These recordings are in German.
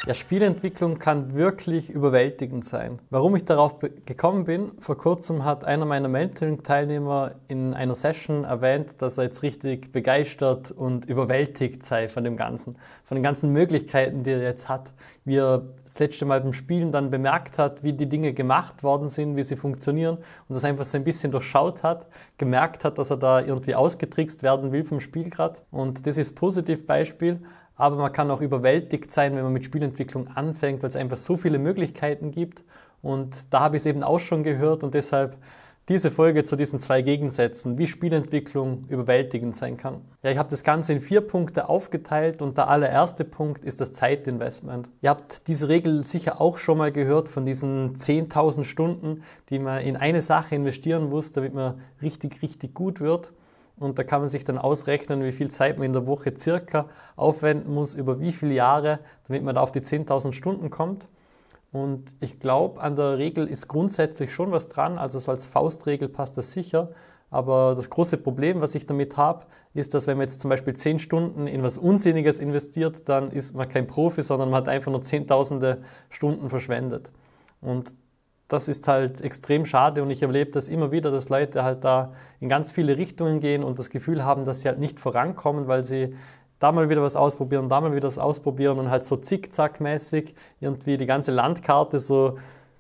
Ja, Spielentwicklung kann wirklich überwältigend sein. Warum ich darauf gekommen bin, vor kurzem hat einer meiner Mentoring-Teilnehmer in einer Session erwähnt, dass er jetzt richtig begeistert und überwältigt sei von dem Ganzen, von den ganzen Möglichkeiten, die er jetzt hat, wie er das letzte Mal beim Spielen dann bemerkt hat, wie die Dinge gemacht worden sind, wie sie funktionieren und das einfach so ein bisschen durchschaut hat, gemerkt hat, dass er da irgendwie ausgetrickst werden will vom Spiel gerade. Und das ist ein Positivbeispiel. Aber man kann auch überwältigt sein, wenn man mit Spielentwicklung anfängt, weil es einfach so viele Möglichkeiten gibt. Und da habe ich es eben auch schon gehört und deshalb diese Folge zu diesen 2 Gegensätzen, wie Spielentwicklung überwältigend sein kann. Ja, ich habe das Ganze in 4 Punkte aufgeteilt und der allererste Punkt ist das Zeitinvestment. Ihr habt diese Regel sicher auch schon mal gehört von diesen 10.000 Stunden, die man in eine Sache investieren muss, damit man richtig, richtig gut wird. Und da kann man sich dann ausrechnen, wie viel Zeit man in der Woche circa aufwenden muss, über wie viele Jahre, damit man da auf die 10.000 Stunden kommt. Und ich glaube, an der Regel ist grundsätzlich schon was dran, also so als Faustregel passt das sicher. Aber das große Problem, was ich damit habe, ist, dass wenn man jetzt zum Beispiel 10 Stunden in was Unsinniges investiert, dann ist man kein Profi, sondern man hat einfach nur Zehntausende Stunden verschwendet. Und das ist halt extrem schade und ich erlebe das immer wieder, dass Leute halt da in ganz viele Richtungen gehen und das Gefühl haben, dass sie halt nicht vorankommen, weil sie da mal wieder was ausprobieren, da mal wieder was ausprobieren und halt so zickzackmäßig irgendwie die ganze Landkarte so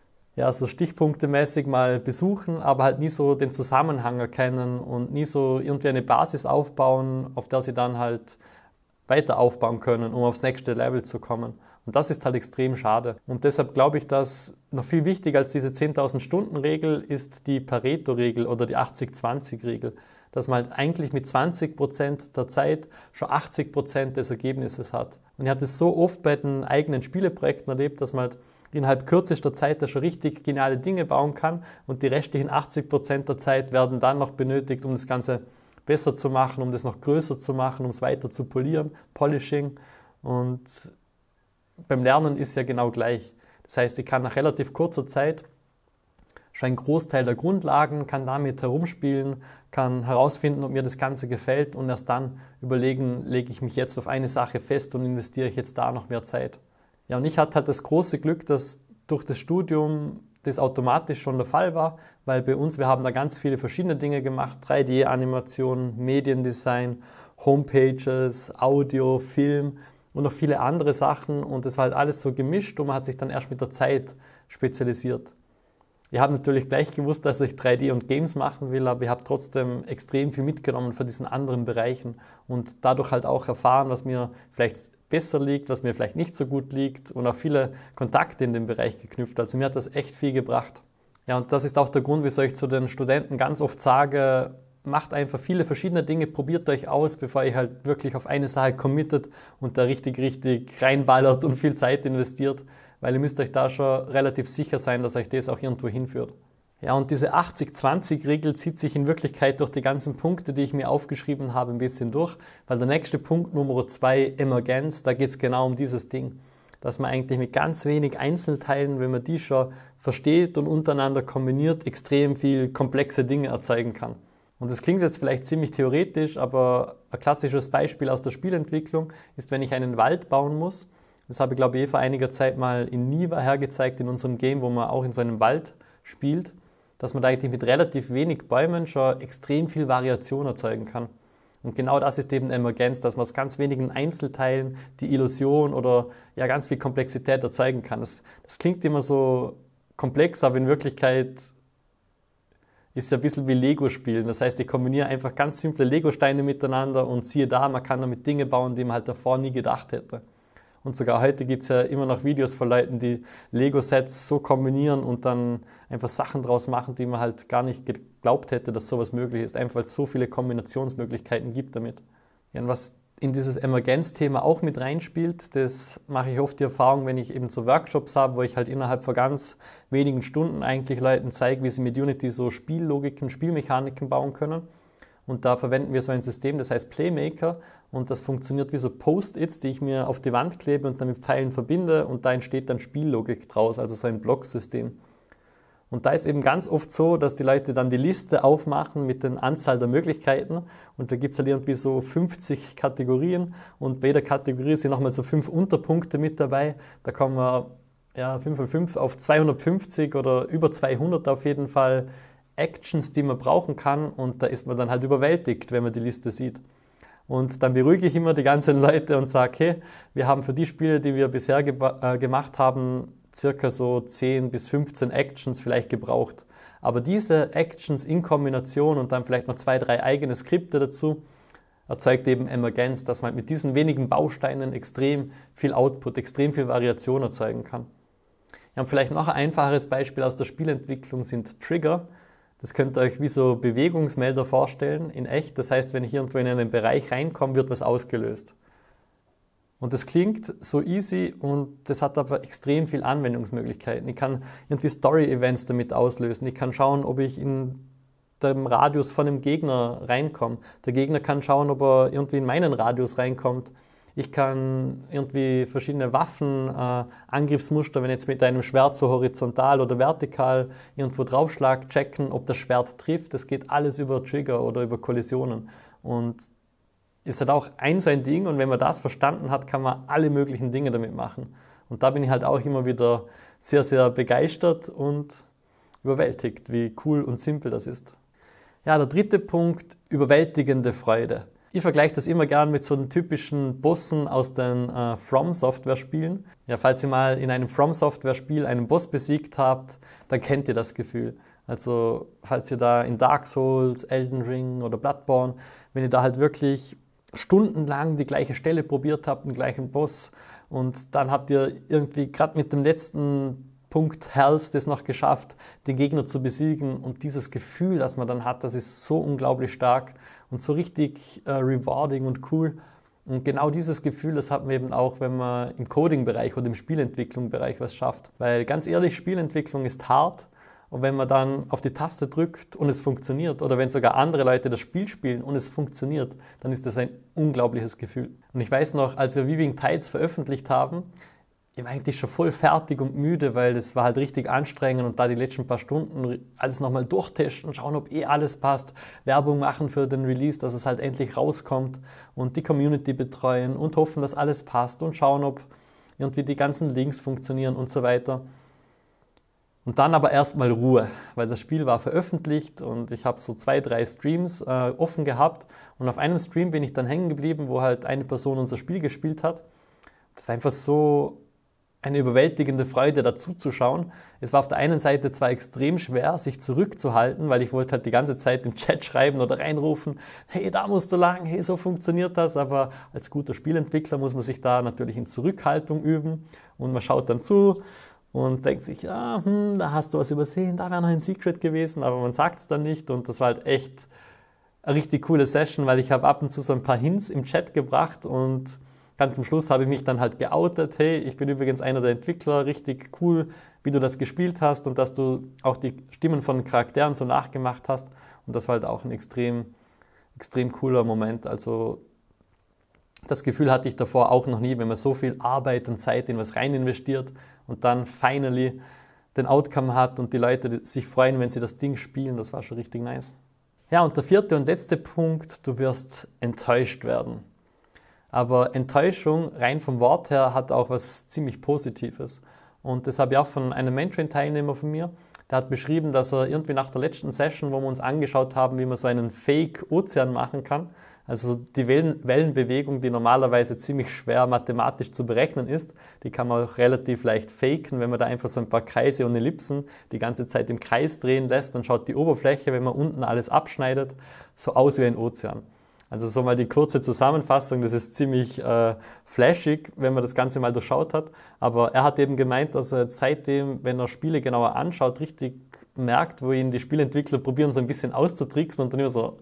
stichpunktemäßig mal besuchen, aber halt nie so den Zusammenhang erkennen und nie so irgendwie eine Basis aufbauen, auf der sie dann halt weiter aufbauen können, um aufs nächste Level zu kommen. Und das ist halt extrem schade. Und deshalb glaube ich, dass noch viel wichtiger als diese 10.000 Stunden Regel ist die Pareto-Regel oder die 80-20-Regel. Dass man halt eigentlich mit 20% der Zeit schon 80% des Ergebnisses hat. Und ich habe das so oft bei den eigenen Spieleprojekten erlebt, dass man halt innerhalb kürzester Zeit da schon richtig geniale Dinge bauen kann und die restlichen 80% der Zeit werden dann noch benötigt, um das Ganze besser zu machen, um das noch größer zu machen, um es weiter zu polieren, Polishing. Und beim Lernen ist ja genau gleich. Das heißt, ich kann nach relativ kurzer Zeit schon einen Großteil der Grundlagen, kann damit herumspielen, kann herausfinden, ob mir das Ganze gefällt und erst dann überlegen, lege ich mich jetzt auf eine Sache fest und investiere ich jetzt da noch mehr Zeit. Ja, und ich hatte halt das große Glück, dass durch das Studium das automatisch schon der Fall war, weil bei uns, wir haben da ganz viele verschiedene Dinge gemacht, 3D-Animation, Mediendesign, Homepages, Audio, Film und noch viele andere Sachen und das war halt alles so gemischt und man hat sich dann erst mit der Zeit spezialisiert. Ich habe natürlich gleich gewusst, dass ich 3D und Games machen will, aber ich habe trotzdem extrem viel mitgenommen von diesen anderen Bereichen und dadurch halt auch erfahren, was mir vielleicht besser liegt, was mir vielleicht nicht so gut liegt und auch viele Kontakte in dem Bereich geknüpft. Also mir hat das echt viel gebracht. Ja, und das ist auch der Grund, wieso ich zu den Studenten ganz oft sage, macht einfach viele verschiedene Dinge, probiert euch aus, bevor ihr halt wirklich auf eine Sache committet und da richtig reinballert und viel Zeit investiert, weil ihr müsst euch da schon relativ sicher sein, dass euch das auch irgendwo hinführt. Ja, und diese 80-20-Regel zieht sich in Wirklichkeit durch die ganzen Punkte, die ich mir aufgeschrieben habe, ein bisschen durch, weil der nächste Punkt, Nummer 2, Emergenz, da geht es genau um dieses Ding, dass man eigentlich mit ganz wenig Einzelteilen, wenn man die schon versteht und untereinander kombiniert, extrem viel komplexe Dinge erzeugen kann. Und das klingt jetzt vielleicht ziemlich theoretisch, aber ein klassisches Beispiel aus der Spielentwicklung ist, wenn ich einen Wald bauen muss. Das habe ich, glaube ich, vor einiger Zeit mal in Niva hergezeigt, in unserem Game, wo man auch in so einem Wald spielt, dass man da eigentlich mit relativ wenig Bäumen schon extrem viel Variation erzeugen kann. Und genau das ist eben Emergenz, dass man aus ganz wenigen Einzelteilen die Illusion oder ja ganz viel Komplexität erzeugen kann. Das klingt immer so komplex, aber in Wirklichkeit ist es ja ein bisschen wie Lego spielen. Das heißt, ich kombiniere einfach ganz simple Lego-Steine miteinander und siehe da, man kann damit Dinge bauen, die man halt davor nie gedacht hätte. Und sogar heute gibt es ja immer noch Videos von Leuten, die Lego-Sets so kombinieren und dann einfach Sachen draus machen, die man halt gar nicht geglaubt hätte, dass sowas möglich ist, einfach weil es so viele Kombinationsmöglichkeiten gibt damit. Ja, und was in dieses Emergenz-Thema auch mit reinspielt, das mache ich oft die Erfahrung, wenn ich eben so Workshops habe, wo ich halt innerhalb von ganz wenigen Stunden eigentlich Leuten zeige, wie sie mit Unity so Spiellogiken, Spielmechaniken bauen können. Und da verwenden wir so ein System, das heißt Playmaker und das funktioniert wie so Post-its, die ich mir auf die Wand klebe und dann mit Pfeilen verbinde und da entsteht dann Spiellogik draus, also so ein Blocksystem. Und da ist eben ganz oft so, dass die Leute dann die Liste aufmachen mit der Anzahl der Möglichkeiten und da gibt es halt irgendwie so 50 Kategorien und bei jeder Kategorie sind nochmal so 5 Unterpunkte mit dabei. Da kommen wir 5 und 5 auf 250 oder über 200 auf jeden Fall Actions, die man brauchen kann und da ist man dann halt überwältigt, wenn man die Liste sieht. Und dann beruhige ich immer die ganzen Leute und sage, hey, wir haben für die Spiele, die wir bisher gemacht haben, circa so 10 bis 15 Actions vielleicht gebraucht. Aber diese Actions in Kombination und dann vielleicht noch 2, 3 eigene Skripte dazu, erzeugt eben Emergenz, dass man mit diesen wenigen Bausteinen extrem viel Output, extrem viel Variation erzeugen kann. Ja, und vielleicht noch ein einfaches Beispiel aus der Spielentwicklung sind Trigger. Das könnt ihr euch wie so Bewegungsmelder vorstellen, in echt. Das heißt, wenn ich irgendwo in einen Bereich reinkomme, wird was ausgelöst. Und das klingt so easy und das hat aber extrem viel Anwendungsmöglichkeiten. Ich kann irgendwie Story-Events damit auslösen. Ich kann schauen, ob ich in dem Radius von einem Gegner reinkomme. Der Gegner kann schauen, ob er irgendwie in meinen Radius reinkommt. Ich kann irgendwie verschiedene Waffen, Angriffsmuster, wenn ich jetzt mit einem Schwert so horizontal oder vertikal irgendwo draufschlag, checken, ob das Schwert trifft. Das geht alles über Trigger oder über Kollisionen. Und ist halt auch so ein Ding und wenn man das verstanden hat, kann man alle möglichen Dinge damit machen. Und da bin ich halt auch immer wieder sehr, sehr begeistert und überwältigt, wie cool und simpel das ist. Ja, der dritte Punkt, überwältigende Freude. Ich vergleiche das immer gern mit so den typischen Bossen aus den From-Software-Spielen. Ja, falls ihr mal in einem From-Software-Spiel einen Boss besiegt habt, dann kennt ihr das Gefühl. Also falls ihr da in Dark Souls, Elden Ring oder Bloodborne, wenn ihr da halt wirklich stundenlang die gleiche Stelle probiert habt, den gleichen Boss und dann habt ihr irgendwie gerade mit dem letzten Punkt Health das noch geschafft, den Gegner zu besiegen und dieses Gefühl, das man dann hat, das ist so unglaublich stark und so richtig rewarding und cool. Und genau dieses Gefühl, das hat man eben auch, wenn man im Coding-Bereich oder im Spielentwicklung-Bereich was schafft. Weil ganz ehrlich, Spielentwicklung ist hart. Und wenn man dann auf die Taste drückt und es funktioniert, oder wenn sogar andere Leute das Spiel spielen und es funktioniert, dann ist das ein unglaubliches Gefühl. Und ich weiß noch, als wir Weaving Tides veröffentlicht haben, ich war eigentlich schon voll fertig und müde, weil das war halt richtig anstrengend und da die letzten paar Stunden alles nochmal durchtesten, schauen, ob alles passt, Werbung machen für den Release, dass es halt endlich rauskommt und die Community betreuen und hoffen, dass alles passt und schauen, ob irgendwie die ganzen Links funktionieren und so weiter. Und dann aber erstmal Ruhe, weil das Spiel war veröffentlicht und ich habe so 2, 3 Streams offen gehabt und auf einem Stream bin ich dann hängen geblieben, wo halt eine Person unser Spiel gespielt hat. Das war einfach so eine überwältigende Freude, dazu zu schauen. Es war auf der einen Seite zwar extrem schwer, sich zurückzuhalten, weil ich wollte halt die ganze Zeit im Chat schreiben oder reinrufen, hey, da musst du lang, hey, so funktioniert das, aber als guter Spielentwickler muss man sich da natürlich in Zurückhaltung üben und man schaut dann zu und denkt sich, ja, da hast du was übersehen, da wäre noch ein Secret gewesen, aber man sagt es dann nicht und das war halt echt eine richtig coole Session, weil ich habe ab und zu so ein paar Hints im Chat gebracht und ganz zum Schluss habe ich mich dann halt geoutet, hey, ich bin übrigens einer der Entwickler, richtig cool, wie du das gespielt hast und dass du auch die Stimmen von Charakteren so nachgemacht hast und das war halt auch ein extrem, extrem cooler Moment, also das Gefühl hatte ich davor auch noch nie, wenn man so viel Arbeit und Zeit in was rein investiert und dann finally den Outcome hat und die Leute sich freuen, wenn sie das Ding spielen, das war schon richtig nice. Ja, und der vierte und letzte Punkt, du wirst enttäuscht werden. Aber Enttäuschung, rein vom Wort her, hat auch was ziemlich Positives. Und das habe ich auch von einem Mentoring-Teilnehmer von mir, der hat beschrieben, dass er irgendwie nach der letzten Session, wo wir uns angeschaut haben, wie man so einen Fake-Ozean machen kann, also die Wellenbewegung, die normalerweise ziemlich schwer mathematisch zu berechnen ist, die kann man auch relativ leicht faken, wenn man da einfach so ein paar Kreise und Ellipsen die ganze Zeit im Kreis drehen lässt, dann schaut die Oberfläche, wenn man unten alles abschneidet, so aus wie ein Ozean. Also so mal die kurze Zusammenfassung, das ist ziemlich flashig, wenn man das Ganze mal durchschaut hat. Aber er hat eben gemeint, dass er jetzt seitdem, wenn er Spiele genauer anschaut, richtig merkt, wo ihn die Spieleentwickler probieren, so ein bisschen auszutricksen und dann immer so,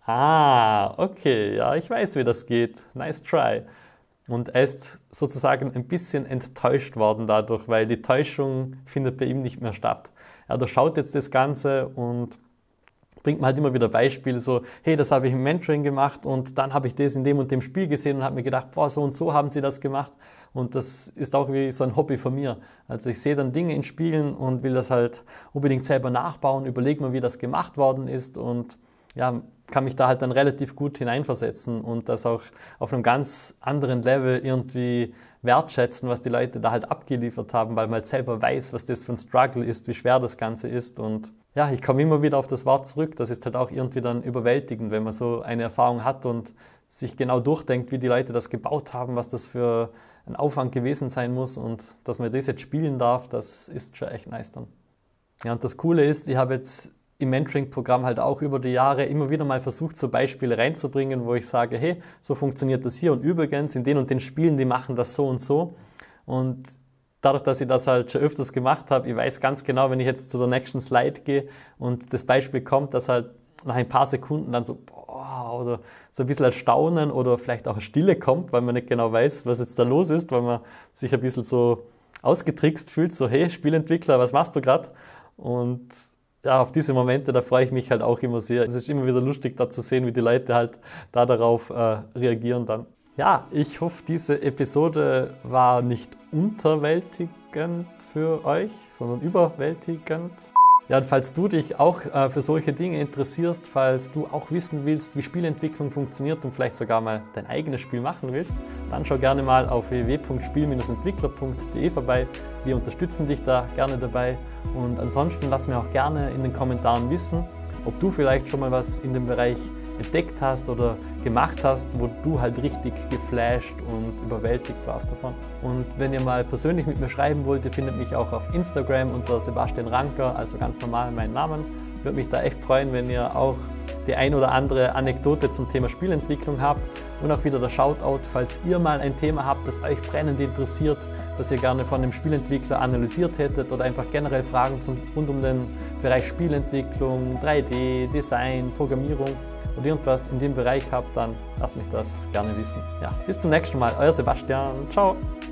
okay, ja, ich weiß, wie das geht, nice try. Und er ist sozusagen ein bisschen enttäuscht worden dadurch, weil die Täuschung findet bei ihm nicht mehr statt. Er durchschaut jetzt das Ganze und bringt man halt immer wieder Beispiele, so, hey, das habe ich im Mentoring gemacht und dann habe ich das in dem und dem Spiel gesehen und habe mir gedacht, boah, so und so haben sie das gemacht. Und das ist auch wie so ein Hobby von mir. Also ich sehe dann Dinge in Spielen und will das halt unbedingt selber nachbauen, überlege mir, wie das gemacht worden ist und ja, kann mich da halt dann relativ gut hineinversetzen und das auch auf einem ganz anderen Level irgendwie wertschätzen, was die Leute da halt abgeliefert haben, weil man halt selber weiß, was das für ein Struggle ist, wie schwer das Ganze ist. Und ja, ich komme immer wieder auf das Wort zurück. Das ist halt auch irgendwie dann überwältigend, wenn man so eine Erfahrung hat und sich genau durchdenkt, wie die Leute das gebaut haben, was das für ein Aufwand gewesen sein muss und dass man das jetzt spielen darf, das ist schon echt nice dann. Ja, und das Coole ist, ich habe jetzt im Mentoring-Programm halt auch über die Jahre immer wieder mal versucht, so Beispiele reinzubringen, wo ich sage, hey, so funktioniert das hier und übrigens in den und den Spielen, die machen das so und so. Und dadurch, dass ich das halt schon öfters gemacht habe, ich weiß ganz genau, wenn ich jetzt zu der nächsten Slide gehe und das Beispiel kommt, dass halt nach ein paar Sekunden dann so, boah, oder so ein bisschen als Staunen oder vielleicht auch Stille kommt, weil man nicht genau weiß, was jetzt da los ist, weil man sich ein bisschen so ausgetrickst fühlt, so, hey, Spielentwickler, was machst du gerade? Und ja, auf diese Momente, da freue ich mich halt auch immer sehr. Es ist immer wieder lustig, da zu sehen, wie die Leute halt da darauf reagieren dann. Ja, ich hoffe, diese Episode war nicht unterwältigend für euch, sondern überwältigend. Ja, und falls du dich auch für solche Dinge interessierst, falls du auch wissen willst, wie Spielentwicklung funktioniert und vielleicht sogar mal dein eigenes Spiel machen willst, dann schau gerne mal auf www.spiel-entwickler.de vorbei. Wir unterstützen dich da gerne dabei und ansonsten lass mir auch gerne in den Kommentaren wissen, ob du vielleicht schon mal was in dem Bereich entdeckt hast oder gemacht hast, wo du halt richtig geflasht und überwältigt warst davon. Und wenn ihr mal persönlich mit mir schreiben wollt, ihr findet mich auch auf Instagram unter Sebastian Ranker, also ganz normal meinen Namen. Würde mich da echt freuen, wenn ihr auch die ein oder andere Anekdote zum Thema Spielentwicklung habt und auch wieder der Shoutout, falls ihr mal ein Thema habt, das euch brennend interessiert, das ihr gerne von einem Spielentwickler analysiert hättet oder einfach generell Fragen rund um den Bereich Spielentwicklung, 3D, Design, Programmierung oder irgendwas in dem Bereich habt, dann lasst mich das gerne wissen. Ja, bis zum nächsten Mal, euer Sebastian, ciao!